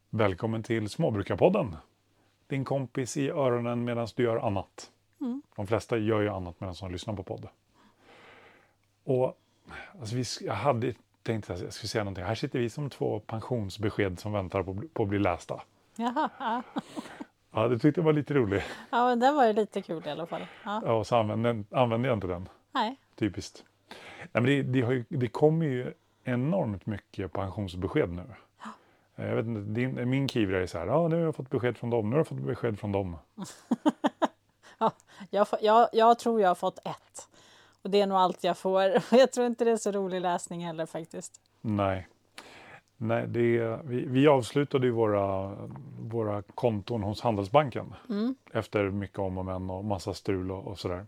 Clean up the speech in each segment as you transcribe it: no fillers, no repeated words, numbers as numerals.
Välkommen till Småbrukarpodden. Din kompis i öronen medan du gör annat. De flesta gör ju annat medan de lyssnar på podd. Och alltså jag hade tänkt att jag skulle säga någonting. Här sitter vi som två pensionsbesked som väntar på att bli lästa. Jaha. Ja, det tyckte jag var lite roligt. Ja, men det var ju lite kul i alla fall. Ja. Ja, och så använde jag inte den. Nej. Typiskt. Nej, men det kommer ju enormt mycket pensionsbesked nu. Jag vet inte, min kivra är så här, nu har jag fått besked från dem, nu har jag fått besked från dem. Ja, jag tror jag har fått ett. Och det är nog allt jag får. Jag tror inte det är så rolig läsning heller faktiskt. Nej, vi avslutade ju våra konton hos Handelsbanken. Efter mycket om och men och massa strul och sådär.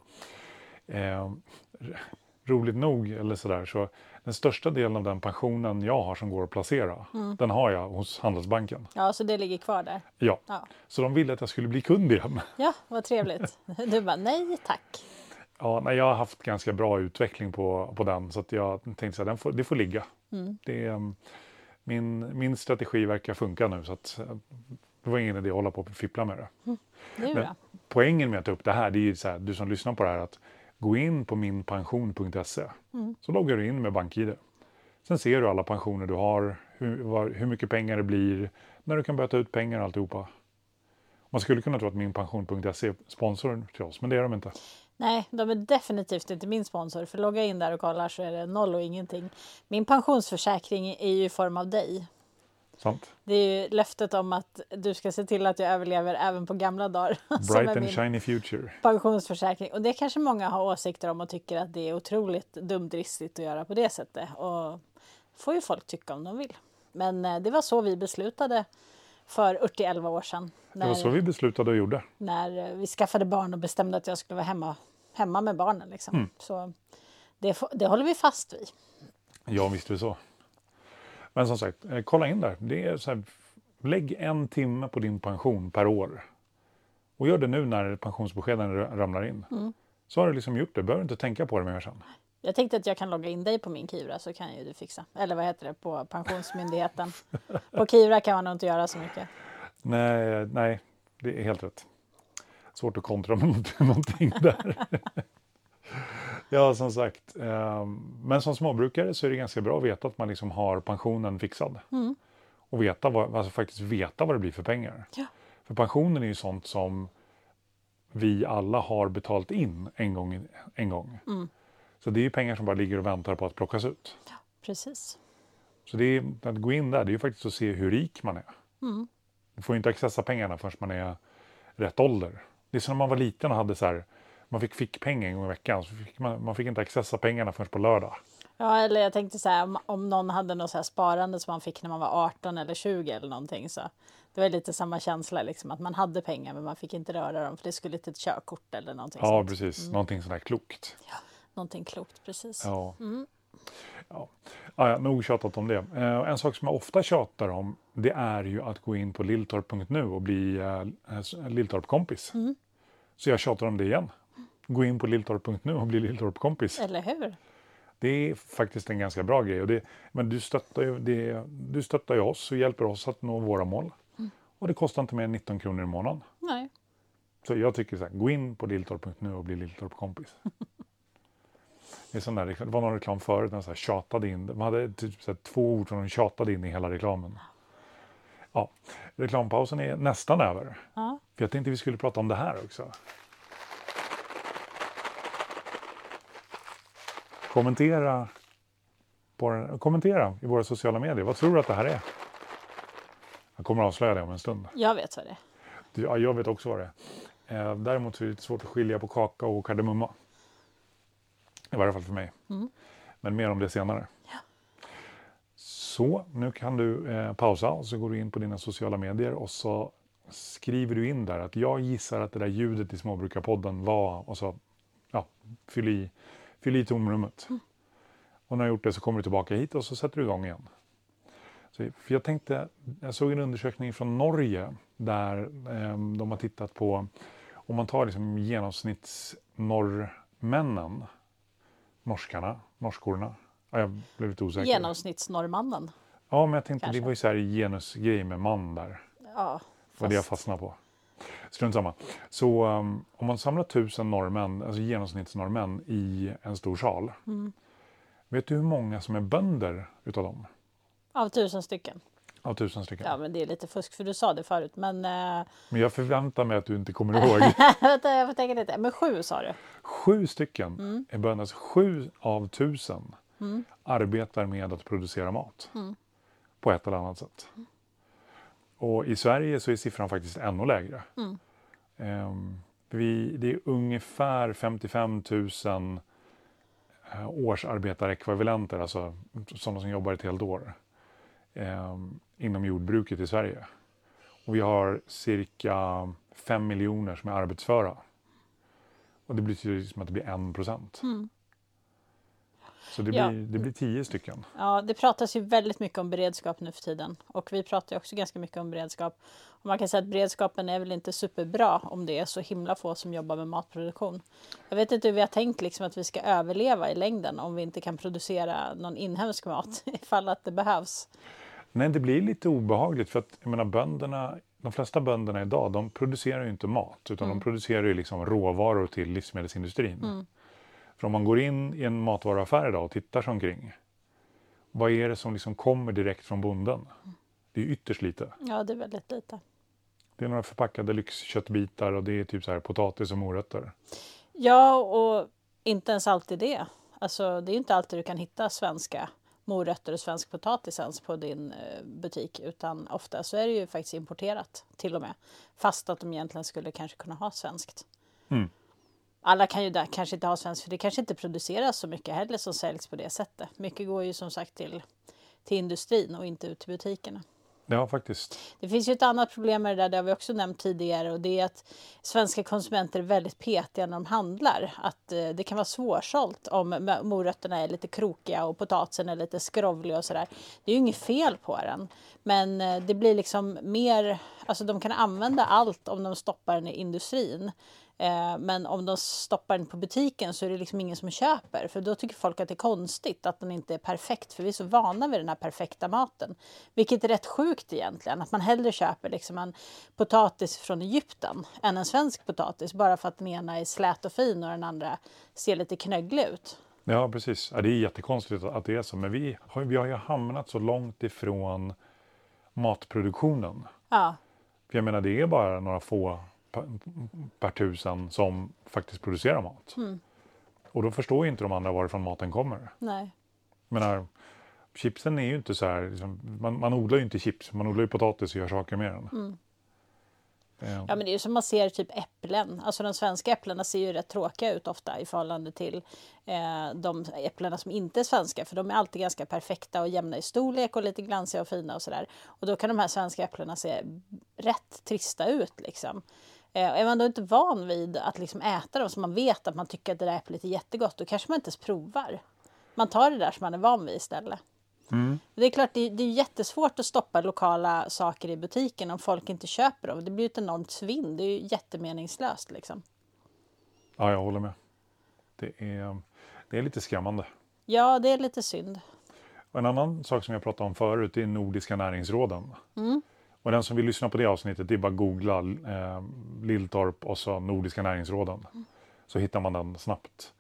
Roligt nog eller sådär, så den största delen av den pensionen jag har som går att placera, den har jag hos Handelsbanken. Ja, så det ligger kvar där. Ja, Ja. så de ville att jag skulle bli kund igen. Ja, vad trevligt. Du bara, nej tack. Ja, nej, jag har haft ganska bra utveckling på den, så att jag tänkte att det får ligga. Min strategi verkar funka nu, så att det var ingen idé att hålla på och fippla med det. Det är Men bra. poängen med att ta upp det här, det är ju så här, du som lyssnar på det här, att gå in på minpension.se. Så loggar du in med BankID. Sen ser du alla pensioner du har, hur mycket pengar det blir, när du kan börja ta ut pengar och alltihopa. Man skulle kunna tro att minpension.se är sponsor till oss, men det är de inte. Nej, de är definitivt inte min sponsor. För logga in där och kollar så är det noll och ingenting. Min pensionsförsäkring är ju i form av dig. Sant? Det är ju löftet om att du ska se till att jag överlever även på gamla dagar. Bright and shiny future. Pensionsförsäkring. Och det kanske många har åsikter om och tycker att det är otroligt dumdristigt att göra på det sättet. Och får ju folk tycka om de vill. Men det var så vi beslutade för 11 år sedan. Det var så vi beslutade och gjorde. När vi skaffade barn och bestämde att jag skulle vara hemma med barnen. Liksom. Så det håller vi fast vid. Ja, visst är det så. Men som sagt, kolla in där. Det är så här, lägg 1 timme på din pension per år. Och gör det nu när pensionsbeskeden ramlar in. Så har du liksom gjort det. Behöver inte tänka på det mer sen. Jag tänkte att jag kan logga in dig på min Kivra så kan ju du fixa. Eller vad heter det på Pensionsmyndigheten. På Kivra kan man nog inte göra så mycket. Nej, det är helt rätt. Svårt att kontra med någonting där. Ja, som sagt. Men som småbrukare så är det ganska bra att veta att man liksom har pensionen fixad. Och faktiskt veta vad det blir för pengar. Ja. För pensionen är ju sånt som vi alla har betalt in en gång. Så det är ju pengar som bara ligger och väntar på att plockas ut. Ja, precis. Så att gå in där, det är ju faktiskt att se hur rik man är. Du får ju inte accessa pengarna förrän man är rätt ålder. Det är som när man var liten och hade så här, man fick pengar en gång i veckan, så man fick inte accessa pengarna förrän på lördag. Ja, eller jag tänkte så här, om någon hade något så här sparande som man fick när man var 18 eller 20 eller någonting, så det var lite samma känsla liksom, att man hade pengar men man fick inte röra dem för det skulle till ett körkort eller någonting sånt. Ja, precis. Någonting sådär klokt. Ja, någonting klokt, precis. Ja. Ja, nog tjatat om det. En sak som jag ofta tjatar om, det är ju att gå in på lilltorp.nu och bli Lilltorp-kompis. Så jag tjatar om det igen. Gå in på lilltorp.nu och bli Lilltorp-kompis. Eller hur? Det är faktiskt en ganska bra grej. Men du stöttar ju oss och hjälper oss att nå våra mål. Och det kostar inte mer än 19 kronor i månaden. Nej. Så jag tycker så här, gå in på lilltorp.nu och bli Lilltorp-kompis. Det var någon reklam förut, den så här tjatade in. Man hade typ så här 2 ord som de tjatade in i hela reklamen. Ja, reklampausen är nästan över. Ja. För jag tänkte vi skulle prata om det här också. Kommentera i våra sociala medier. Vad tror du att det här är? Jag kommer att avslöja det om en stund. Jag vet vad det är. Ja, jag vet också vad det är. Däremot är det lite svårt att skilja på kakao och kardemumma. I varje fall för mig. Men mer om det senare. Ja. Så, nu kan du pausa och så går du in på dina sociala medier och så skriver du in där att jag gissar att det där ljudet i Småbrukarpodden var, och så fyll i tomrummet. Och när du har gjort det så kommer du tillbaka hit och så sätter du igång igen. Så, för jag såg en undersökning från Norge där de har tittat på, om man tar liksom norskorna, ja, jag blev lite osäker. Genomsnittsnorrmannen. Ja, men jag tänkte Kanske. det var ju så här genusgrej med man där. Ja, Vad det jag fastnade på. Strunt samma. Så om man samlar 1000 norrmän, alltså genomsnittsnorrmän i en stor sal. Vet du hur många som är bönder utav dem? Av 1000 stycken. Av 1000 stycken. Ja, men det är lite fusk för du sa det förut. Men Men jag förväntar mig att du inte kommer ihåg. vänta, jag får tänka lite. Men 7 sa du. 7 stycken är bönder. Alltså 7 av 1000 arbetar med att producera mat. På ett eller annat sätt. Och i Sverige så är siffran faktiskt ännu lägre. Det är ungefär 55 000 årsarbetarekvivalenter, alltså sådana som jobbar ett helt år, inom jordbruket i Sverige. Och vi har cirka 5 miljoner som är arbetsföra. Och det betyder som att det blir 1%. Så det blir 10 stycken. Ja, det pratas ju väldigt mycket om beredskap nu för tiden. Och vi pratar ju också ganska mycket om beredskap. Och man kan säga att beredskapen är väl inte superbra om det är så himla få som jobbar med matproduktion. Jag vet inte hur vi har tänkt liksom att vi ska överleva i längden om vi inte kan producera någon inhemsk mat ifall att det behövs. Nej, det blir lite obehagligt för att jag menar, de flesta bönderna idag, de producerar ju inte mat utan de producerar ju liksom råvaror till livsmedelsindustrin. För om man går in i en matvaruaffär idag och tittar sig omkring, vad är det som liksom kommer direkt från bonden? Det är ytterst lite. Ja, det är väldigt lite. Det är några förpackade lyxköttbitar och det är typ så här potatis och morötter. Ja, och inte ens alltid det. Alltså, det är ju inte alltid du kan hitta svenska morötter och svensk potatis ens på din butik. Utan ofta så är det ju faktiskt importerat till och med. Fast att de egentligen skulle kanske kunna ha svenskt. Alla kan ju där kanske inte ha svenskt för det kanske inte produceras så mycket heller som säljs på det sättet. Mycket går ju som sagt till industrin och inte ut till butikerna. Ja, faktiskt. Det finns ju ett annat problem med det där, det har vi också nämnt tidigare, och det är att svenska konsumenter är väldigt petiga när de handlar. Att det kan vara svårsålt om morötterna är lite krokiga och potatisen är lite skrovlig och sådär. Det är ju inget fel på den. Men det blir liksom mer, alltså de kan använda allt om de stoppar den i industrin. Men om de stoppar den på butiken så är det liksom ingen som köper. För då tycker folk att det är konstigt att den inte är perfekt. För vi är så vana vid den här perfekta maten. Vilket är rätt sjukt egentligen. Att man hellre köper liksom en potatis från Egypten än en svensk potatis. Bara för att den ena är slät och fin och den andra ser lite knögglig ut. Ja, precis. Ja, det är jättekonstigt att det är så. Men vi har ju hamnat så långt ifrån matproduktionen. Ja. För jag menar, det är bara några få per 1000 som faktiskt producerar mat. Och då förstår ju inte de andra varifrån maten kommer. Nej. Jag menar, chipsen är ju inte så här, liksom, man odlar ju inte chips, man odlar ju potatis och gör saker med den. Ja, men det är ju som man ser typ äpplen. Alltså de svenska äpplena ser ju rätt tråkiga ut ofta i förhållande till de äpplena som inte är svenska. För de är alltid ganska perfekta och jämna i storlek och lite glansiga och fina och sådär. Och då kan de här svenska äpplena se rätt trista ut liksom. Är man då inte van vid att liksom äta dem så man vet att man tycker att det där äpplet är jättegott, då kanske man inte ens provar. Man tar det där som man är van vid istället. Det är klart, det är jättesvårt att stoppa lokala saker i butiken om folk inte köper dem. Det blir ett enormt svinn. Det är ju jättemeningslöst liksom. Ja, jag håller med. Det är lite skrämmande. Ja, det är lite synd. Och en annan sak som jag pratade om förut är Nordiska näringsråden. Och den som vill lyssna på det avsnittet, det är bara att googla Lilltorp och så Nordiska näringsråden. Så hittar man den snabbt.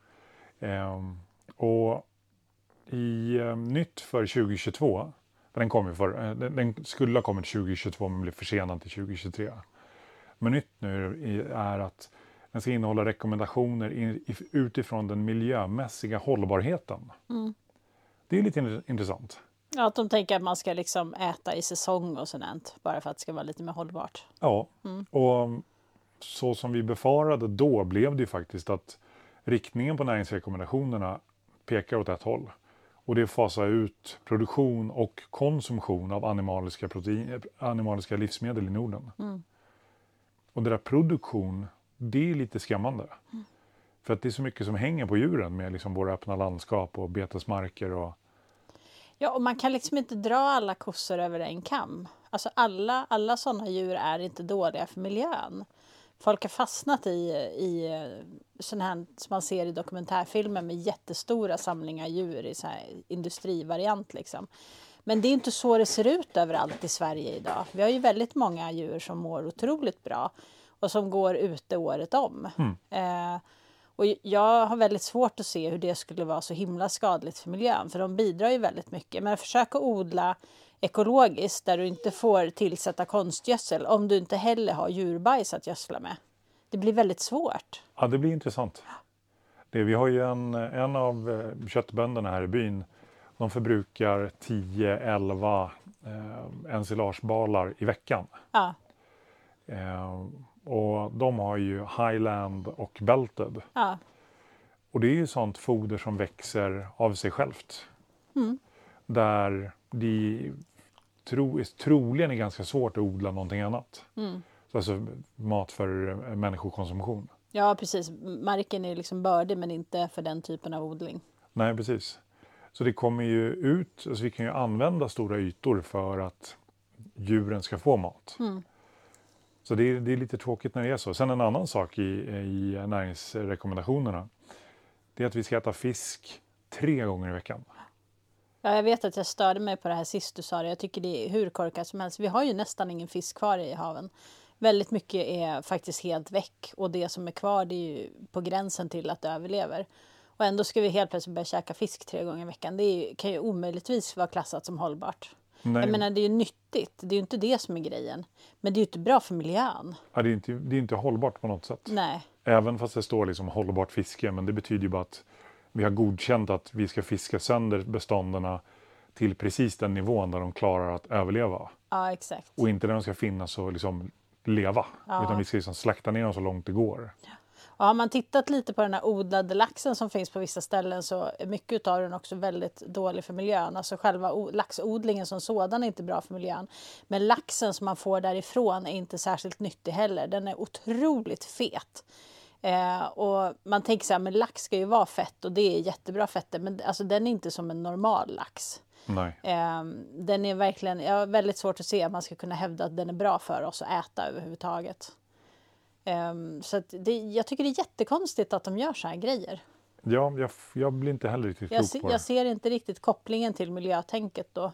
Och i nytt för 2022, för den skulle ha kommit 2022 men blev försenad till 2023. Men nytt nu är att den ska innehålla rekommendationer utifrån den miljömässiga hållbarheten. Det är lite intressant. Ja, att de tänker att man ska liksom äta i säsong och sådant, bara för att det ska vara lite mer hållbart. Ja, och så som vi befarade då blev det ju faktiskt att riktningen på näringsrekommendationerna pekar åt ett håll. Och det fasar ut produktion och konsumtion av animaliska livsmedel i Norden. Och det där produktion, det är lite skrämmande. För att det är så mycket som hänger på djuren med liksom våra öppna landskap och betesmarker. Ja, och man kan liksom inte dra alla kossor över en kam. Alltså alla sådana djur är inte dåliga för miljön. Folk har fastnat i sån här som man ser i dokumentärfilmer med jättestora samlingar djur i så här industrivariant liksom. Men det är inte så det ser ut överallt i Sverige idag. Vi har ju väldigt många djur som mår otroligt bra och som går ute året om. Och jag har väldigt svårt att se hur det skulle vara så himla skadligt för miljön, för de bidrar ju väldigt mycket. Men försök att odla ekologiskt där du inte får tillsätta konstgödsel om du inte heller har djurbajs att gödsla med. Det blir väldigt svårt. Ja, det blir intressant. Vi har ju en av köttbönderna här i byn. De förbrukar 10-11 ensilagebalar i veckan. Ja. Och de har ju Highland och Belted. Ja. Och det är ju sånt foder som växer av sig självt. Där det troligen är ganska svårt att odla någonting annat. Alltså mat för människokonsumtion. Ja, precis. Marken är liksom bördig men inte för den typen av odling. Nej, precis. Så det kommer ju ut, alltså vi kan ju använda stora ytor för att djuren ska få mat. Så det är lite tråkigt när det är så. Sen en annan sak i näringsrekommendationerna, det är att vi ska äta fisk 3 gånger i veckan. Ja, jag vet att jag störde mig på det här sist du sa det. Jag tycker det är hur korkat som helst. Vi har ju nästan ingen fisk kvar i haven. Väldigt mycket är faktiskt helt väck och det som är kvar det är ju på gränsen till att det överlever. Och ändå ska vi helt plötsligt börja käka fisk 3 gånger i veckan. Kan ju omöjligtvis vara klassat som hållbart. Nej. Jag menar det är ju nyttigt, det är ju inte det som är grejen. Men det är ju inte bra för miljön. Ja, det är inte hållbart på något sätt. Nej. Även fast det står liksom hållbart fiske, men det betyder ju bara att vi har godkänt att vi ska fiska sönder beståndarna till precis den nivån där de klarar att överleva. Ja, exakt. Och inte där de ska finnas och liksom leva. Ja. Utan vi ska liksom slakta ner dem så långt det går. Och har man tittat lite på den här odlade laxen som finns på vissa ställen så är mycket av den också väldigt dålig för miljön. Alltså själva laxodlingen som sådan är inte bra för miljön. Men laxen som man får därifrån är inte särskilt nyttig heller. Den är otroligt fet. Och man tänker så här, men lax ska ju vara fett och det är jättebra fetter. Men alltså, den är inte som en normal lax. Nej. Den är verkligen, jag har väldigt svårt att se att man ska kunna hävda att den är bra för oss att äta överhuvudtaget. Så att jag tycker det är jättekonstigt att de gör så här grejer. Ja, jag blir inte heller riktigt klok på det. Jag ser inte riktigt kopplingen till miljötänket då.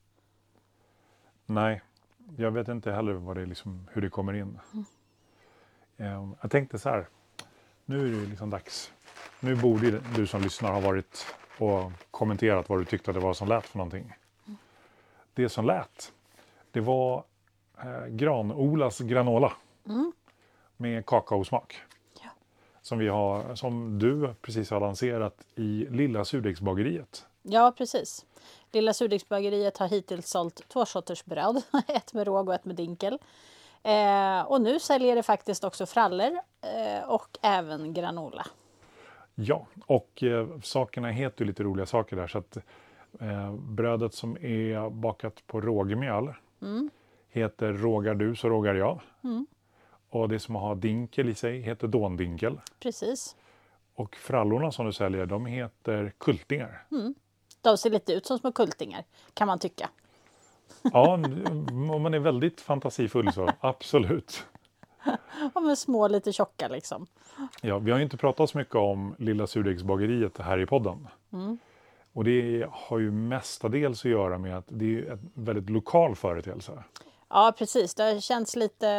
Nej, jag vet inte heller hur det kommer in. Jag tänkte så här, nu är det liksom dags. Nu borde du som lyssnar ha varit och kommenterat vad du tyckte att det var som lät för någonting. Det som lät, det var Granolas granola. Med kakaosmak. Ja. Som du precis har lanserat i Lilla Surdegsbageriet. Ja, precis. Lilla Surdegsbageriet har hittills sålt 2 sorters bröd. Ett med råg och ett med dinkel. Och nu säljer det faktiskt också frallor och även granola. Ja, och sakerna heter ju lite roliga saker där. Så att brödet som är bakat på rågmjöl heter rågar du så rågar jag. Och det som har dinkel i sig heter dåndinkel. Precis. Och frallorna som du säljer, de heter kultingar. De ser lite ut som små kultingar, kan man tycka. Ja, om man är väldigt fantasifull så, absolut. Ja, men små, lite tjocka liksom. Ja, vi har ju inte pratat så mycket om Lilla Surdegsbageriet här i podden. Och det har ju mestadels att göra med att det är en väldigt lokal företeelse. Ja, precis. Det har känts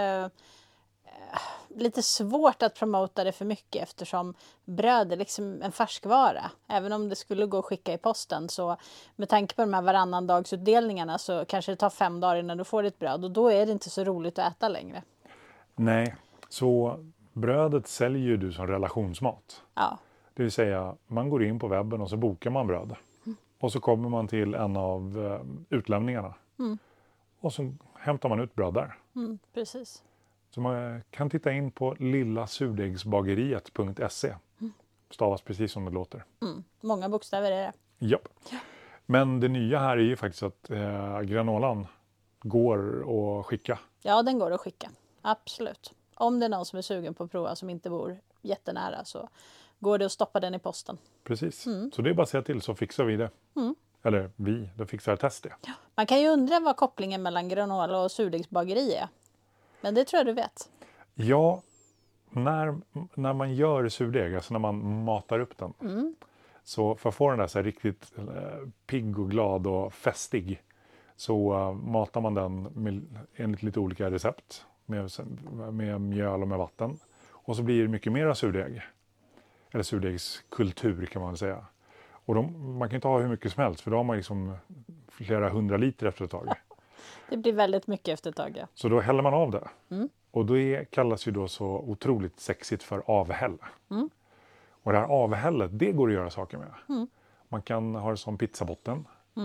lite svårt att promota det för mycket eftersom bröd är liksom en färskvara. Även om det skulle gå att skicka i posten så med tanke på de här varannandagsutdelningarna så kanske det tar 5 dagar innan du får ditt bröd och då är det inte så roligt att äta längre. Nej, så brödet säljer du som relationsmat. Ja. Det vill säga man går in på webben och så bokar man bröd. Och så kommer man till en av utlämningarna. Och så hämtar man ut bröd där. Precis. Så man kan titta in på lillasurdegsbageriet.se. Stavas precis som det låter. Många bokstäver är det. Japp. Men det nya här är ju faktiskt att granolan går att skicka. Ja, den går att skicka. Absolut. Om det är någon som är sugen på att prova som inte bor jättenära så går det att stoppa den i posten. Precis. Så det är bara att säga till så fixar vi det. Eller då fixar test det. Ja. Man kan ju undra vad kopplingen mellan granola och surdegsbageri är. Men det tror jag du vet. Ja, när man gör surdeg, alltså när man matar upp den. Så för att få den där så här riktigt pigg och glad och festig. så matar man den enligt lite olika recept med mjöl och med vatten. Och så blir det mycket mera surdeg. Eller surdegskultur kan man väl säga. Och man kan inte ha hur mycket som helst för då har man liksom flera 100 liter efter ett tag. Det blir väldigt mycket efter ett tag. Ja. Så då häller man av det. Och då kallas ju då så otroligt sexigt för avhäll. Och det här avhället, det går att göra saker med. Man kan ha det som pizzabotten.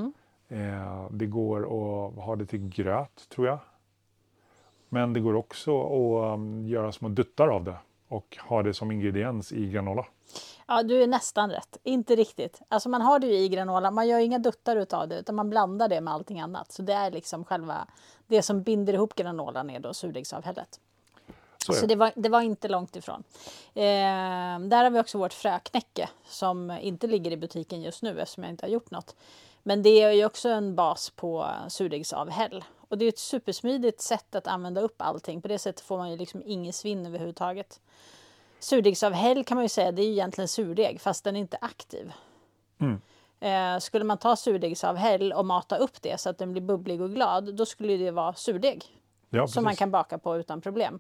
Det går att ha det till gröt, tror jag. Men det går också att göra små duttar av det och ha det som ingrediens i granola. Ja, du är nästan rätt. Inte riktigt. Alltså man har det ju i granola. Man gör inga duttar utav det utan man blandar det med allting annat. Så det är liksom själva det som binder ihop granolan är då surdegsavhället. Så det var inte långt ifrån. Där har vi också vårt fröknäcke som inte ligger i butiken just nu eftersom jag inte har gjort något. Men det är ju också en bas på surdegsavhäll. Och det är ett supersmidigt sätt att använda upp allting. På det sättet får man ju liksom ingen svinn överhuvudtaget. Surdegsavhäll kan man ju säga, det är ju egentligen surdeg fast den är inte aktiv. Skulle man ta surdegsavhäll och mata upp det så att den blir bubblig och glad, då skulle det vara surdeg. Ja, som man kan baka på utan problem.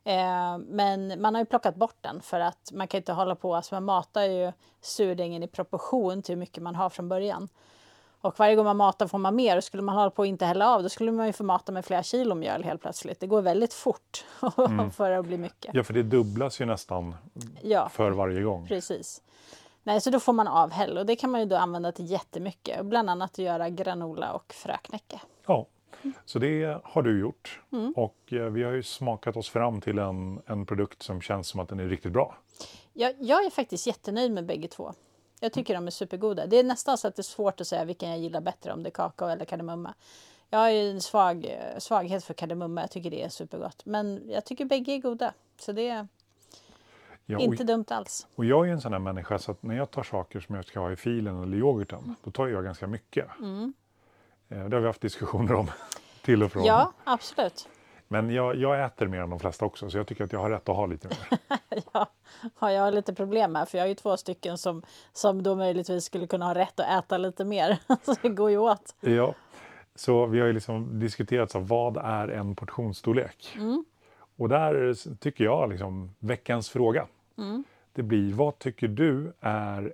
Men man har ju plockat bort den för att man kan inte hålla på, alltså man matar ju surdegen i proportion till hur mycket man har från början. Och varje gång man matar får man mer och skulle man hålla på och inte hälla av då skulle man ju få mata med flera kilo mjöl helt plötsligt. Det går väldigt fort för att bli mycket. Ja, för det dubblas ju nästan för varje gång. Precis. Nej, så då får man avhäll och det kan man ju då använda till jättemycket. Bland annat att göra granola och fröknäcke. Ja, så det har du gjort. Och vi har ju smakat oss fram till en produkt som känns som att den är riktigt bra. Jag är faktiskt jättenöjd med bägge två. Jag tycker de är supergoda. Det är nästan så att det är svårt att säga vilken jag gillar bättre, om det är kakao eller kardemumma. Jag har ju en svaghet för kardemumma, jag tycker det är supergott. Men jag tycker bägge är goda, så det är inte dumt alls. Och jag är en sån här människa så att när jag tar saker som jag ska ha i filen eller yoghurten, då tar jag ganska mycket. Det har vi haft diskussioner om till och från. Ja, absolut. Men jag äter mer än de flesta också, så jag tycker att jag har rätt att ha lite mer. Ja, jag har lite problem här, för jag har ju 2 stycken som då möjligtvis skulle kunna ha rätt att äta lite mer. Så det går ju åt. Ja, så vi har ju liksom diskuterat så vad är en portionsstorlek? Och där tycker jag liksom veckans fråga. Det blir, vad tycker du är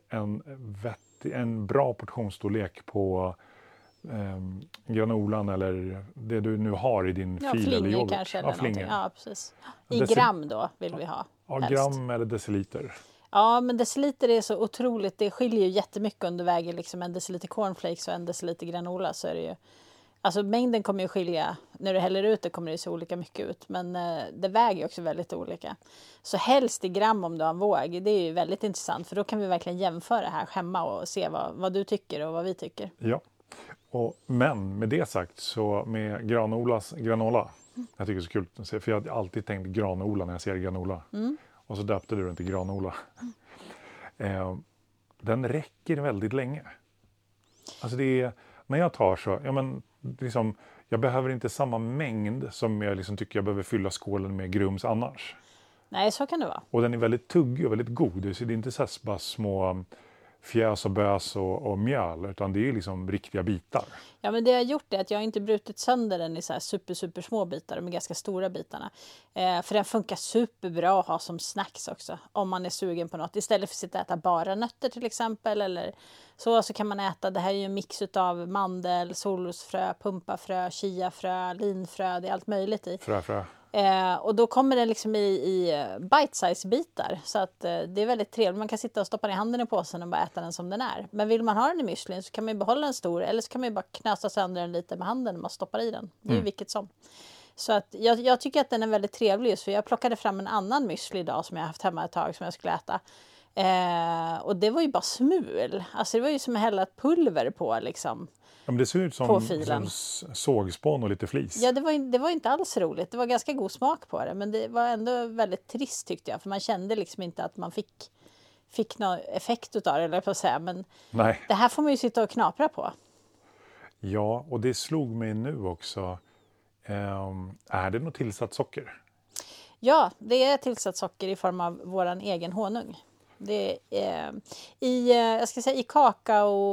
en bra portionsstorlek på granolan eller det du nu har i din fil eller yoghurt? Kanske eller någonting. Ja, precis. I gram då vill vi ha. Ja, gram eller deciliter. Ja, men deciliter är så otroligt. Det skiljer ju jättemycket om du väger liksom en deciliter cornflakes och en deciliter granola, så är det ju. Alltså mängden kommer ju skilja. När du häller ut det kommer det se olika mycket ut. Men det väger också väldigt olika. Så helst i gram om du har en våg. Det är ju väldigt intressant. För då kan vi verkligen jämföra här hemma och se vad du tycker och vad vi tycker. Ja. Men med det sagt så med granola. Jag tycker det är så kul att se. För jag har alltid tänkt granola när jag ser granola. Och så döpte du den till granola. Den räcker väldigt länge. Alltså det är, när jag tar så, liksom, jag behöver inte samma mängd som jag liksom tycker jag behöver fylla skålen med grums annars. Nej, så kan det vara. Och den är väldigt tuggig och väldigt god. Så det är inte så här bara små fjös och bös och mjöl, utan det är liksom riktiga bitar. Ja, men det jag har gjort är att jag inte brutit sönder den i så här super små bitar, de är ganska stora bitarna. För den funkar superbra att ha som snacks också, om man är sugen på något. Istället för att sitta och äta bara nötter till exempel, eller så kan man äta, det här är ju en mix av mandel, solrosfrö, pumpafrö, chiafrö, linfrö, det är allt möjligt i. Frö. Och då kommer det liksom i bite-size bitar. Så att det är väldigt trevligt. Man kan sitta och stoppa ner handen i påsen och bara äta den som den är. Men vill man ha den i müslin så kan man ju behålla en stor. Eller så kan man ju bara knösa sönder den lite med handen när man stoppar i den. Det är ju vilket som. Så att jag tycker att den är väldigt trevlig just för jag plockade fram en annan müsli idag som jag haft hemma ett tag som jag skulle äta. Och det var ju bara smul. Alltså det var ju som att hälla ett pulver på liksom. Ja, men det ser ut som sågspån och lite flis. Ja, det var inte alls roligt. Det var ganska god smak på det. Men det var ändå väldigt trist tyckte jag. För man kände liksom inte att man fick någon effekt utav det. Eller på att säga. Men nej. Det här får man ju sitta och knapra på. Ja, och det slog mig nu också. Är det något tillsatt socker? Ja, det är tillsatt socker i form av våran egen honung. Det är, jag ska säga i kakao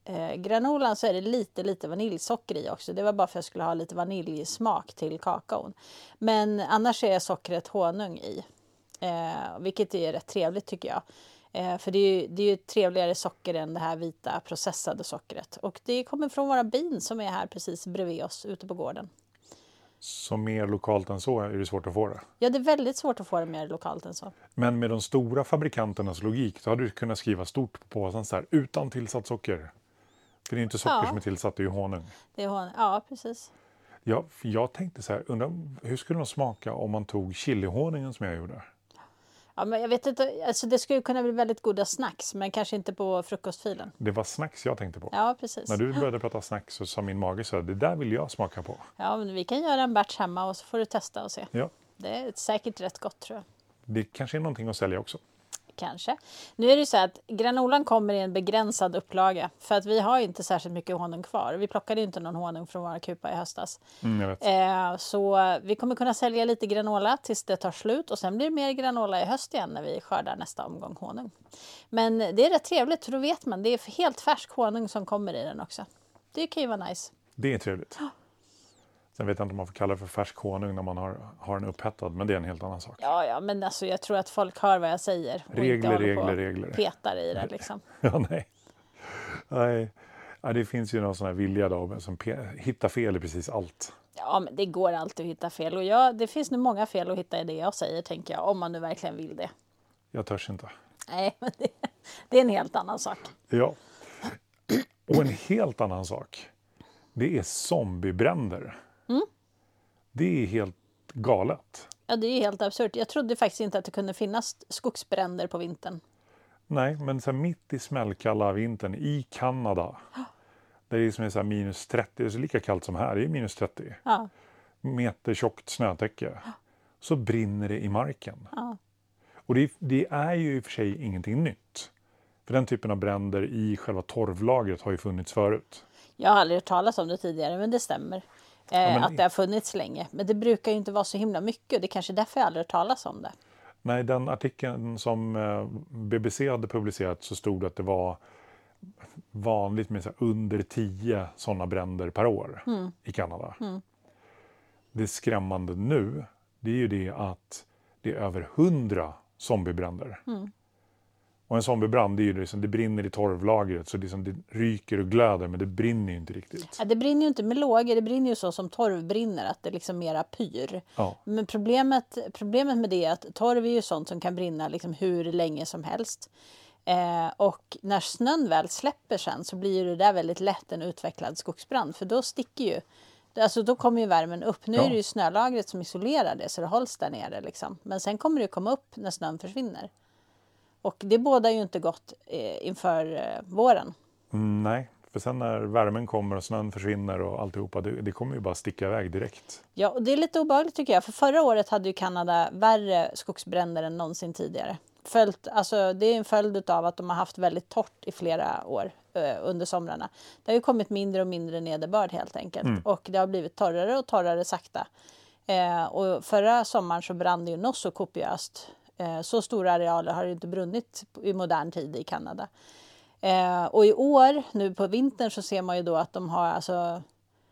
granolan så är det lite vaniljsocker i också. Det var bara för att jag skulle ha lite vaniljsmak till kakaon. Men annars är sockret honung i. Vilket är rätt trevligt tycker jag. För det är ju trevligare socker än det här vita processade sockret. Och det kommer från våra bin som är här precis bredvid oss ute på gården. Så mer lokalt än så är det svårt att få det. Ja, det är väldigt svårt att få det mer lokalt än så. Men med de stora fabrikanternas logik, då hade du kunnat skriva stort på påsen så här, utan tillsatt socker. För det är inte socker som är tillsatt, det är ju honung. Det är honung, ja precis. Ja, jag tänkte så här, undrar hur skulle de smaka om man tog chilihonungen som jag gjorde? Ja, men jag vet inte, alltså det skulle kunna bli väldigt goda snacks, men kanske inte på frukostfilen. Det var snacks jag tänkte på. Ja, precis. När du började prata snacks så sa min mage så här, det där vill jag smaka på. Ja, men vi kan göra en batch hemma och så får du testa och se. Ja. Det är säkert rätt gott tror jag. Det kanske är någonting att sälja också. Kanske. Nu är det ju så att granolan kommer i en begränsad upplaga. För att vi har inte särskilt mycket honung kvar. Vi plockade inte någon honung från våra kupa i höstas. Jag vet. Så vi kommer kunna sälja lite granola tills det tar slut. Och sen blir det mer granola i höst igen när vi skördar nästa omgång honung. Men det är rätt trevligt för då vet man. Det är helt färsk honung som kommer i den också. Det kan ju vara nice. Det är trevligt. Sen vet jag inte om man får kalla det för färsk honung när man har en upphettad, men det är en helt annan sak. Ja, men alltså jag tror att folk hör vad jag säger. Och Regler. Petar i det liksom. Ja, nej. Ja, det finns ju någon sån här vilja då som hittar fel i precis allt. Ja, men det går alltid att hitta fel. Och det finns nu många fel att hitta i det jag säger, tänker jag. Om man nu verkligen vill det. Jag törs inte. Nej, men det är en helt annan sak. Ja. Och en helt annan sak. Det är zombiebränder. Det är helt galet. Ja, det är helt absurt. Jag trodde faktiskt inte att det kunde finnas skogsbränder på vintern. Nej, men så här mitt i smällkalla vintern i Kanada. Där det är som är så här minus 30, det är så lika kallt som här, det är minus 30. Ja. Meter tjockt snötäcke. Så brinner det i marken. Ja. Och det är ju i och för sig ingenting nytt. För den typen av bränder i själva torvlagret har ju funnits förut. Jag har aldrig hört talas om det tidigare, men det stämmer. Att det har funnits länge. Men det brukar ju inte vara så himla mycket. Det är kanske därför jag aldrig hört talas om det. Nej, den artikeln som BBC hade publicerat så stod det att det var vanligt med så här under 10 sådana bränder per år i Kanada. Det skrämmande nu, det är ju det att det är över 100 zombiebränder. Och en zombiebrand, det är ju liksom, det brinner i torvlagret så det ryker och glöder, men det brinner ju inte riktigt. Ja, det brinner ju inte med lågor, det brinner ju så som torv brinner, att det liksom mera pyr. Ja. Men problemet med det är att torv är ju sånt som kan brinna liksom hur länge som helst. Och när snön väl släpper sen så blir det där väldigt lätt en utvecklad skogsbrand, för då sticker ju, alltså då kommer ju värmen upp. Nu är det ju snölagret som isolerar det så det hålls där nere liksom. Men sen kommer det komma upp när snön försvinner. Och det bådar ju inte gott inför våren. Nej, för sen när värmen kommer och snön försvinner och alltihopa, det kommer ju bara sticka iväg direkt. Ja, och det är lite obehagligt tycker jag. För förra året hade ju Kanada värre skogsbränder än någonsin tidigare. Det är en följd av att de har haft väldigt torrt i flera år under somrarna. Det har ju kommit mindre och mindre nederbörd helt enkelt. Och det har blivit torrare och torrare sakta. Och förra sommaren så brann det ju något så kopiöst. Så stora arealer har det inte brunnit i modern tid i Kanada. Och i år, nu på vintern, så ser man ju då att de har alltså,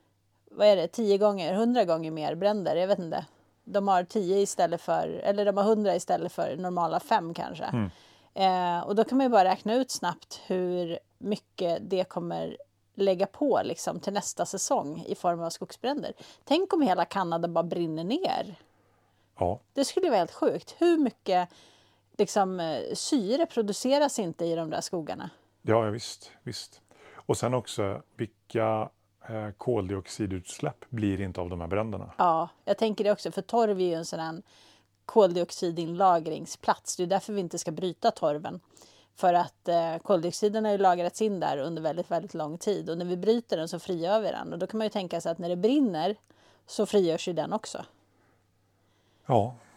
100 gånger mer bränder, jag vet inte. De har 10 istället för, eller de har 100 istället för normala 5 kanske. Och då kan man ju bara räkna ut snabbt hur mycket det kommer lägga på liksom, till nästa säsong i form av skogsbränder. Tänk om hela Kanada bara brinner ner. Ja. Det skulle vara helt sjukt. Hur mycket liksom, syre produceras inte i de där skogarna? Ja, visst. Och sen också, vilka koldioxidutsläpp blir inte av de här bränderna? Ja, jag tänker det också. För torv är ju en sån här koldioxidinlagringsplats. Det är därför vi inte ska bryta torven. För att koldioxiden har ju lagrats in där under väldigt, väldigt lång tid. Och när vi bryter den så frigör vi den. Och då kan man ju tänka sig att när det brinner så frigörs ju den också. Ja,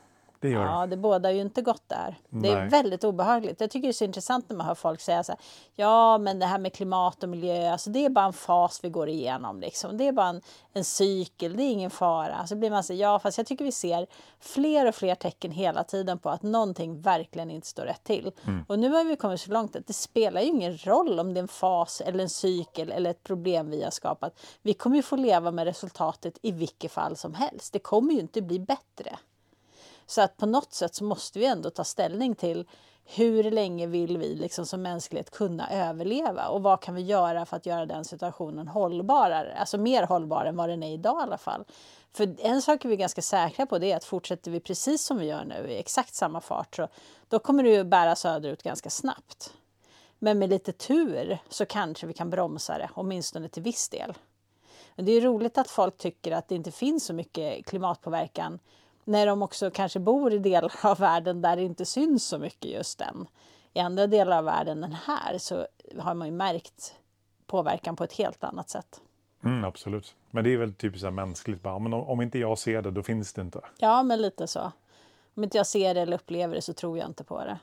det gör Ja, det bådar ju inte gott där. Det är Nej. väldigt obehagligt. Jag tycker det är så intressant när man hör folk säga så här, ja men det här med klimat och miljö, alltså det är bara en fas vi går igenom liksom. Det är bara en cykel, det är ingen fara. Så blir man så här, ja fast jag tycker vi ser fler och fler tecken hela tiden på att någonting verkligen inte står rätt till. Och nu har vi kommit så långt att det spelar ju ingen roll om det är en fas eller en cykel eller ett problem vi har skapat. Vi kommer ju få leva med resultatet i vilket fall som helst. Det kommer ju inte bli bättre. Så att på något sätt så måste vi ändå ta ställning till hur länge vill vi liksom som mänsklighet kunna överleva och vad kan vi göra för att göra den situationen hållbarare, alltså mer hållbar än vad den är idag i alla fall. För en sak är vi ganska säkra på, det är att fortsätter vi precis som vi gör nu i exakt samma fart så då kommer det ju bära söderut ganska snabbt. Men med lite tur så kanske vi kan bromsa det, åtminstone till viss del. Men det är roligt att folk tycker att det inte finns så mycket klimatpåverkan när de också kanske bor i delar av världen där det inte syns så mycket just än. I andra delar av världen än här så har man ju märkt påverkan på ett helt annat sätt. Absolut. Men det är väl typiskt så här mänskligt. Bara, men om inte jag ser det, då finns det inte. Ja, men lite så. Om inte jag ser det eller upplever det så tror jag inte på det.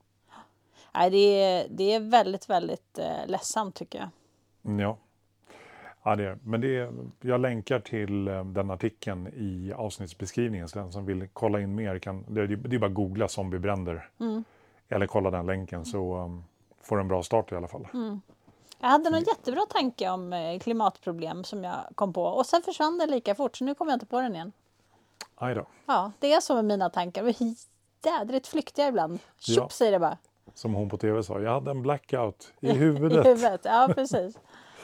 Nej, det är väldigt, väldigt ledsamt tycker jag. Ja. Ja, det är. Men jag länkar till den artikeln i avsnittsbeskrivningen. Så den som vill kolla in mer det är bara att googla zombiebränder. Eller kolla den länken så får en bra start i alla fall. Jag hade någon jättebra tanke om klimatproblem som jag kom på. Och sen försvann det lika fort så nu kommer jag inte på den igen. Aj då. Ja, det är så med mina tankar. De är jädrigt flyktiga ibland. Tjup säger det bara. Som hon på tv sa, jag hade en blackout i huvudet. I huvudet, ja precis.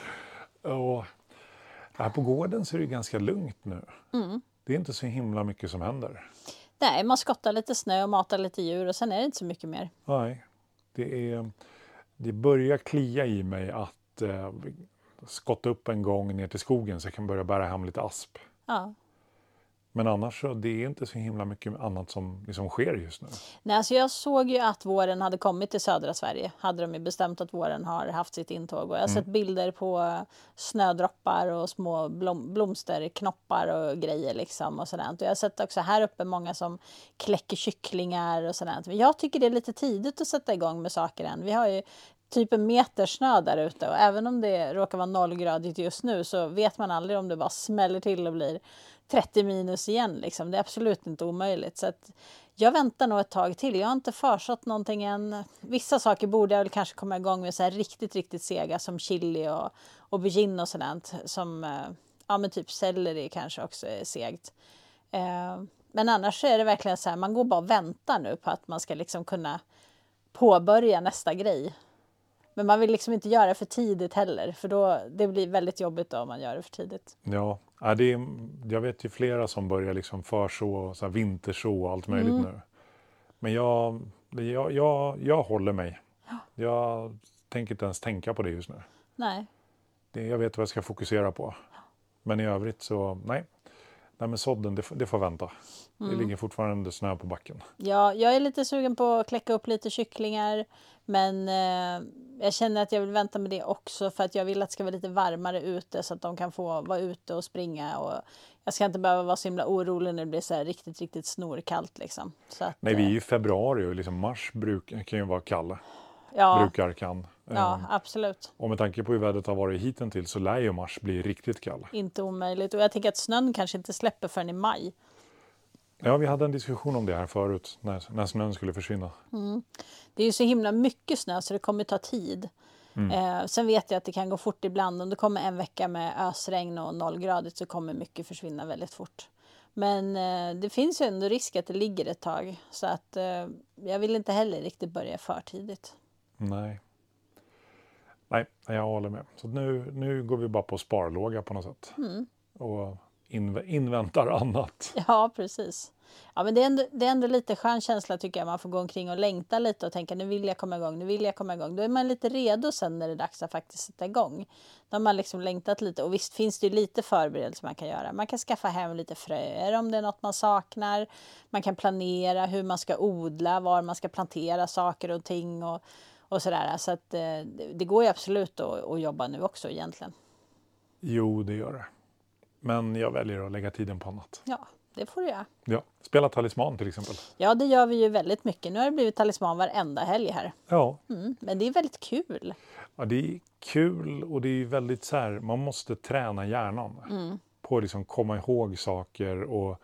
Och här på gården så är det ganska lugnt nu. Det är inte så himla mycket som händer. Nej, man skottar lite snö och matar lite djur och sen är det inte så mycket mer. Nej, det börjar klia i mig att skotta upp en gång ner till skogen så jag kan börja bära hem lite asp. Ja. Men annars så det är inte så himla mycket annat som liksom sker just nu. Nej, alltså jag såg ju att våren hade kommit till södra Sverige. Hade de ju bestämt att våren har haft sitt intåg. Och jag har sett bilder på snödroppar och små blomsterknoppar och grejer liksom. Och sådant. Och jag har sett också här uppe många som kläcker kycklingar och sådant. Men jag tycker det är lite tidigt att sätta igång med saker än. Vi har ju typ en meter snö där ute. Och även om det råkar vara 0-gradigt just nu så vet man aldrig om det bara smäller till och blir 30 minus igen liksom. Det är absolut inte omöjligt. Så att jag väntar nog ett tag till. Jag har inte försatt någonting än. Vissa saker borde jag väl kanske komma igång med så här riktigt, riktigt sega som chili och aubergine och sådant. Som, ja men typ selleri kanske också är segt. Men annars är det verkligen så här, man går bara och väntar nu på att man ska liksom kunna påbörja nästa grej. Men man vill liksom inte göra det för tidigt heller. För då, det blir väldigt jobbigt då om man gör det för tidigt. Ja, jag vet ju flera som börjar liksom förså, så här vinterså och allt möjligt nu. Men jag håller mig. Jag tänker inte ens tänka på det just nu. Nej. Jag vet vad jag ska fokusera på. Men i övrigt så, nej men sådden, det får vänta. Det ligger fortfarande snö på backen. Ja, jag är lite sugen på att kläcka upp lite kycklingar. Men jag känner att jag vill vänta med det också. För att jag vill att det ska vara lite varmare ute. Så att de kan få vara ute och springa. Och jag ska inte behöva vara så himla orolig när det blir så här riktigt, riktigt snorkallt. Liksom. Så att, nej, vi är ju i februari och liksom mars kan ju vara kall. Ja, kan. ja, absolut. Och med tanke på hur vädret har varit hittills så lär ju mars bli riktigt kall. Inte omöjligt. Och jag tänker att snön kanske inte släpper förrän i maj. Ja, vi hade en diskussion om det här förut, när snön skulle försvinna. Det är ju så himla mycket snö så det kommer ta tid. Sen vet jag att det kan gå fort ibland. Om det kommer en vecka med ösregn och 0-gradigt så kommer mycket försvinna väldigt fort. Men det finns ju ändå risk att det ligger ett tag. Så att jag vill inte heller riktigt börja för tidigt. Nej, jag håller med. Så nu går vi bara på sparlåga på något sätt. Och inväntar annat. Ja, precis. Ja, men det är ändå lite skön känsla tycker jag. Man får gå omkring och längta lite och tänka nu vill jag komma igång. Då är man lite redo sen när det är dags att faktiskt sätta igång. Då har man liksom längtat lite. Och visst finns det ju lite förberedelser man kan göra. Man kan skaffa hem lite fröer om det är något man saknar. Man kan planera hur man ska odla, var man ska plantera saker och ting och sådär. Så att det går ju absolut att jobba nu också egentligen. Jo, det gör det. Men jag väljer att lägga tiden på annat. Ja, det får du göra. Ja, spela talisman till exempel. Ja, det gör vi ju väldigt mycket. Nu har det blivit talisman varenda helg här. Ja. Men det är väldigt kul. Ja, det är kul och det är väldigt så här, man måste träna hjärnan på att liksom komma ihåg saker och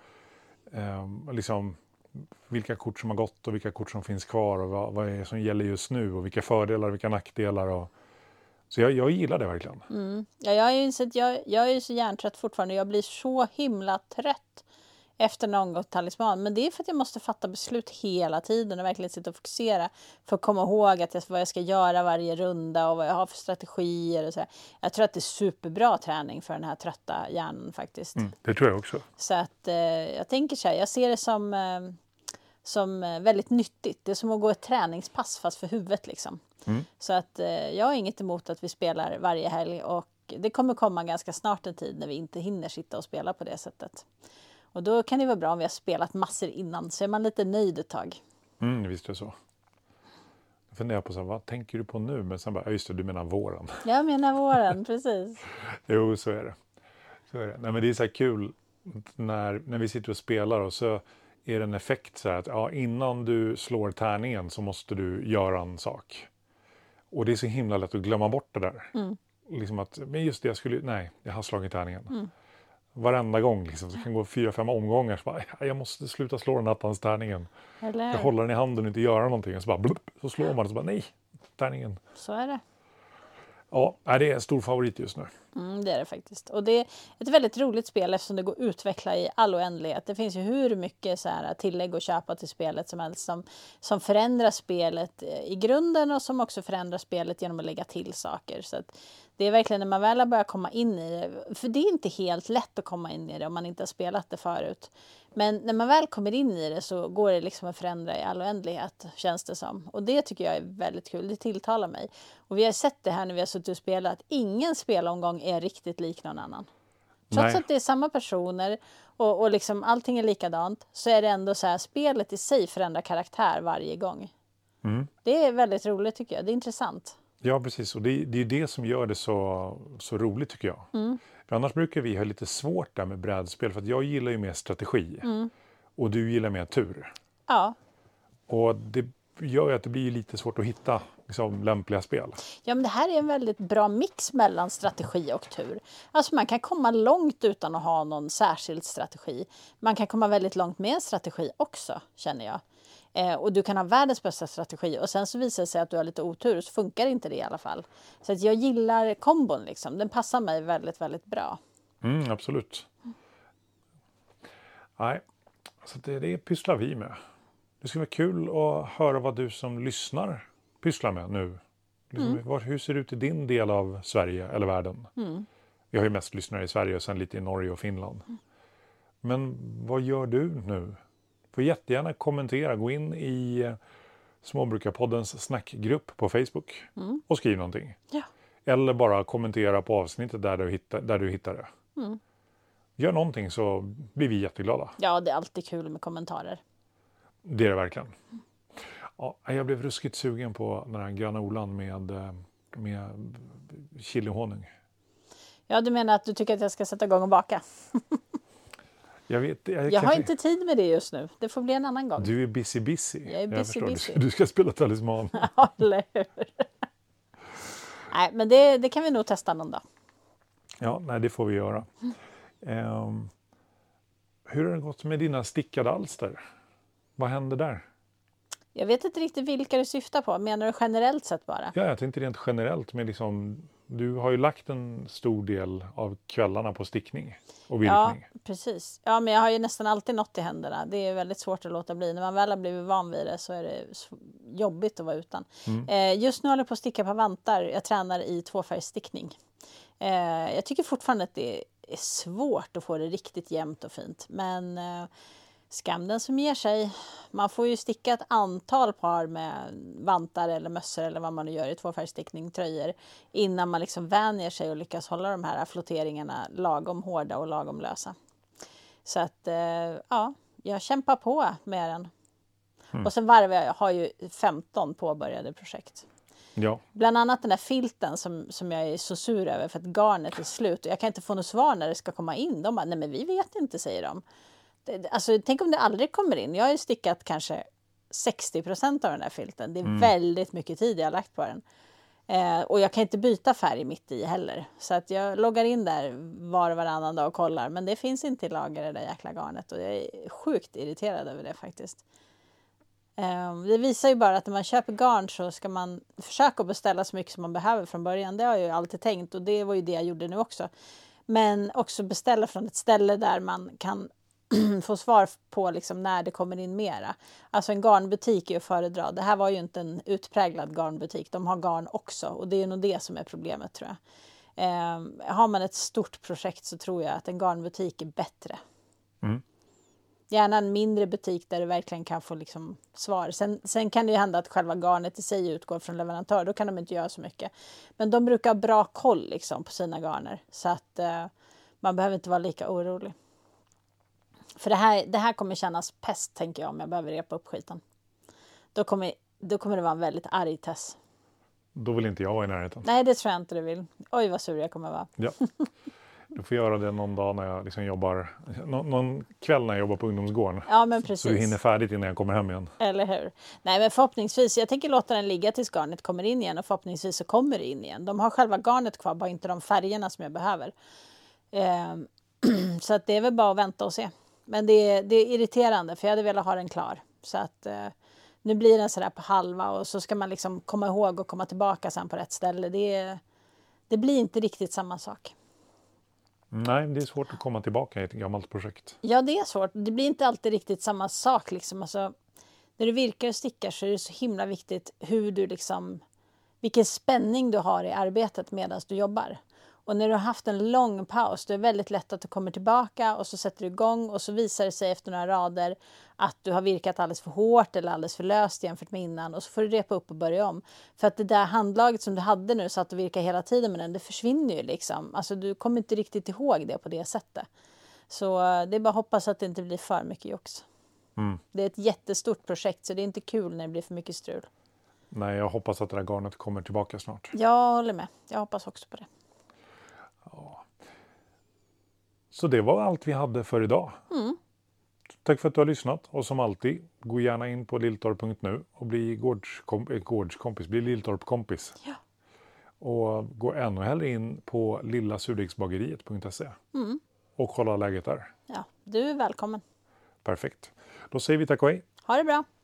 liksom vilka kort som har gått och vilka kort som finns kvar och vad är det som gäller just nu och vilka fördelar och vilka nackdelar. Så jag gillar det verkligen. Ja, jag har ju insett, jag är ju så hjärntrött fortfarande. Jag blir så himla trött efter någon gång talisman. Men det är för att jag måste fatta beslut hela tiden och verkligen sitta och fokusera för att komma ihåg vad jag ska göra varje runda och vad jag har för strategier och så här. Jag tror att det är superbra träning för den här trötta hjärnan faktiskt. Det tror jag också. Så att jag tänker så här, jag ser det som väldigt nyttigt. Det är som att gå ett träningspass fast för huvudet liksom. Så att jag har inget emot att vi spelar varje helg och det kommer komma ganska snart en tid när vi inte hinner sitta och spela på det sättet. Och då kan det vara bra om vi har spelat massor innan så är man lite nöjd ett tag. Visst är det så. Jag funderar på så här, vad tänker du på nu? Men sen bara, just det, du menar våren. Jag menar våren, precis. Jo, så är det. Nej, men det är så här kul när vi sitter och spelar och så är det en effekt så här att innan du slår tärningen så måste du göra en sak. Och det är så himla lätt att glömma bort det där. Liksom att, men just det, jag har slagit tärningen. Varenda gång liksom, så kan gå 4-5 omgångar så bara, jag måste sluta slå den attans tärningen. Eller? Jag håller den i handen och inte göra någonting. Och så bara, så slår man och så bara, nej, tärningen. Så är det. Ja, det är en stor favorit just nu. Det är det faktiskt. Och det är ett väldigt roligt spel eftersom det går att utveckla i all oändlighet. Det finns ju hur mycket så här tillägg att köpa till spelet som helst som förändrar spelet i grunden och som också förändrar spelet genom att lägga till saker. Så att det är verkligen när man väl har börjat komma in i det, för det är inte helt lätt att komma in i det om man inte har spelat det förut. Men när man väl kommer in i det så går det liksom att förändra i all oändlighet, känns det som. Och det tycker jag är väldigt kul, det tilltalar mig. Och vi har sett det här när vi har suttit och spelat, ingen spelomgång är riktigt lik någon annan. Trots att det är samma personer och liksom allting är likadant så är det ändå så här, spelet i sig förändrar karaktär varje gång. Det är väldigt roligt tycker jag, det är intressant. Ja, precis. Och det är det som gör det så roligt tycker jag. För annars brukar vi ha lite svårt där med brädspel. För att jag gillar ju mer strategi. Och du gillar mer tur. Ja. Och det gör ju att det blir lite svårt att hitta liksom, lämpliga spel. Ja, men det här är en väldigt bra mix mellan strategi och tur. Alltså man kan komma långt utan att ha någon särskild strategi. Man kan komma väldigt långt med en strategi också, känner jag. Och du kan ha världens bästa strategi och sen så visar det sig att du har lite otur så funkar inte det i alla fall. Så att jag gillar kombon liksom. Den passar mig väldigt, väldigt bra. Absolut. Nej, så det pysslar vi med. Det ska vara kul att höra vad du som lyssnar pysslar med nu. Liksom, hur ser det ut i din del av Sverige eller världen? Vi har ju mest lyssnare i Sverige och sen lite i Norge och Finland. Men vad gör du nu? Får jättegärna kommentera. Gå in i Småbrukarpoddens snackgrupp på Facebook och skriv någonting. Ja. Eller bara kommentera på avsnittet där du hittar det. Gör någonting så blir vi jätteglada. Ja, det är alltid kul med kommentarer. Det är det verkligen. Ja, jag blev ruskigt sugen på den här granolan med chilihonung. Ja, du menar att du tycker att jag ska sätta igång och baka? Jag har inte tid med det just nu. Det får bli en annan gång. Du är busy. Jag är busy. Du ska spela talisman. Ja, eller hur? Nej, men det kan vi nog testa någon dag. Ja, det får vi göra. Hur har det gått med dina stickade alster? Vad händer där? Jag vet inte riktigt vilka du syftar på. Menar du generellt sett bara? Ja, jag tänkte rent generellt. Men liksom, du har ju lagt en stor del av kvällarna på stickning och virkning. Ja, precis. Ja, men jag har ju nästan alltid något i händerna. Det är väldigt svårt att låta bli. När man väl har blivit van vid det så är det jobbigt att vara utan. Just nu håller jag på att sticka på vantar. Jag tränar i tvåfärgsstickning. Jag tycker fortfarande att det är svårt att få det riktigt jämnt och fint. Men skam den som ger sig. Man får ju sticka ett antal par med vantar eller mössor eller vad man nu gör i tvåfärgstickning, tröjor. Innan man liksom vänjer sig och lyckas hålla de här flotteringarna lagom hårda och lagom lösa. Så att jag kämpar på med den. Och sen jag har ju 15 påbörjade projekt. Ja. Bland annat den där filten som jag är så sur över för att garnet är slut. Och jag kan inte få något svar när det ska komma in. De bara, nej men vi vet inte, säger de. Alltså tänk om det aldrig kommer in. Jag har ju stickat kanske 60% av den där filten. Det är väldigt mycket tid jag har lagt på den. Och jag kan inte byta färg mitt i heller. Så att jag loggar in där var och varannan dag och kollar. Men det finns inte i lager det där jäkla garnet. Och jag är sjukt irriterad över det faktiskt. Det visar ju bara att när man köper garn så ska man försöka beställa så mycket som man behöver från början. Det har jag ju alltid tänkt och det var ju det jag gjorde nu också. Men också beställa från ett ställe där man kan få svar på liksom när det kommer in mera. Alltså en garnbutik är ju att föredra. Det här var ju inte en utpräglad garnbutik. De har garn också och det är nog det som är problemet tror jag. Har man ett stort projekt så tror jag att en garnbutik är bättre. Gärna en mindre butik där du verkligen kan få liksom svar. Sen kan det ju hända att själva garnet i sig utgår från leverantör. Då kan de inte göra så mycket. Men de brukar ha bra koll liksom på sina garner. Så att man behöver inte vara lika orolig. För det här kommer kännas pest tänker jag om jag behöver repa upp skiten. Då kommer det vara en väldigt arg Tess. Då vill inte jag vara i närheten. Nej, det tror jag inte du vill. Oj, vad sur jag kommer vara. Ja. Du får göra det någon dag när jag liksom jobbar, någon kväll när jag jobbar på ungdomsgården. Ja, men precis. Så du hinner färdigt innan jag kommer hem igen. Eller hur? Nej, men förhoppningsvis, jag tänker låta den ligga tills garnet kommer in igen och förhoppningsvis så kommer det in igen. De har själva garnet kvar, bara inte de färgerna som jag behöver. Så att det är väl bara att vänta och se. Men det är irriterande för jag hade velat ha den klar. Så att nu blir den sådär på halva och så ska man liksom komma ihåg och komma tillbaka sen på rätt ställe. Det blir inte riktigt samma sak. Nej, det är svårt att komma tillbaka i ett gammalt projekt. Ja, det är svårt. Det blir inte alltid riktigt samma sak. Liksom. Alltså, när du virkar och stickar så är det så himla viktigt hur du liksom, vilken spänning du har i arbetet medan du jobbar. Och när du har haft en lång paus, då är det väldigt lätt att du kommer tillbaka och så sätter du igång och så visar det sig efter några rader att du har virkat alldeles för hårt eller alldeles för löst jämfört med innan och så får du repa upp och börja om. För att det där handlaget som du hade nu så att du virkar hela tiden med den, det försvinner ju liksom. Alltså du kommer inte riktigt ihåg det på det sättet. Så det är bara att hoppas att det inte blir för mycket jox. Det är ett jättestort projekt så det är inte kul när det blir för mycket strul. Nej, jag hoppas att det där garnet kommer tillbaka snart. Jag håller med. Jag hoppas också på det. Ja. Så det var allt vi hade för idag. Tack för att du har lyssnat och som alltid, gå gärna in på lilltorp.nu och bli gårdskompis, bli Lilltorp-kompis. Ja. Och gå ännu hellre in på lillasurdegsbageriet.se och kolla läget där. Ja, du är välkommen. Perfekt. Då säger vi tack och hej. Ha det bra.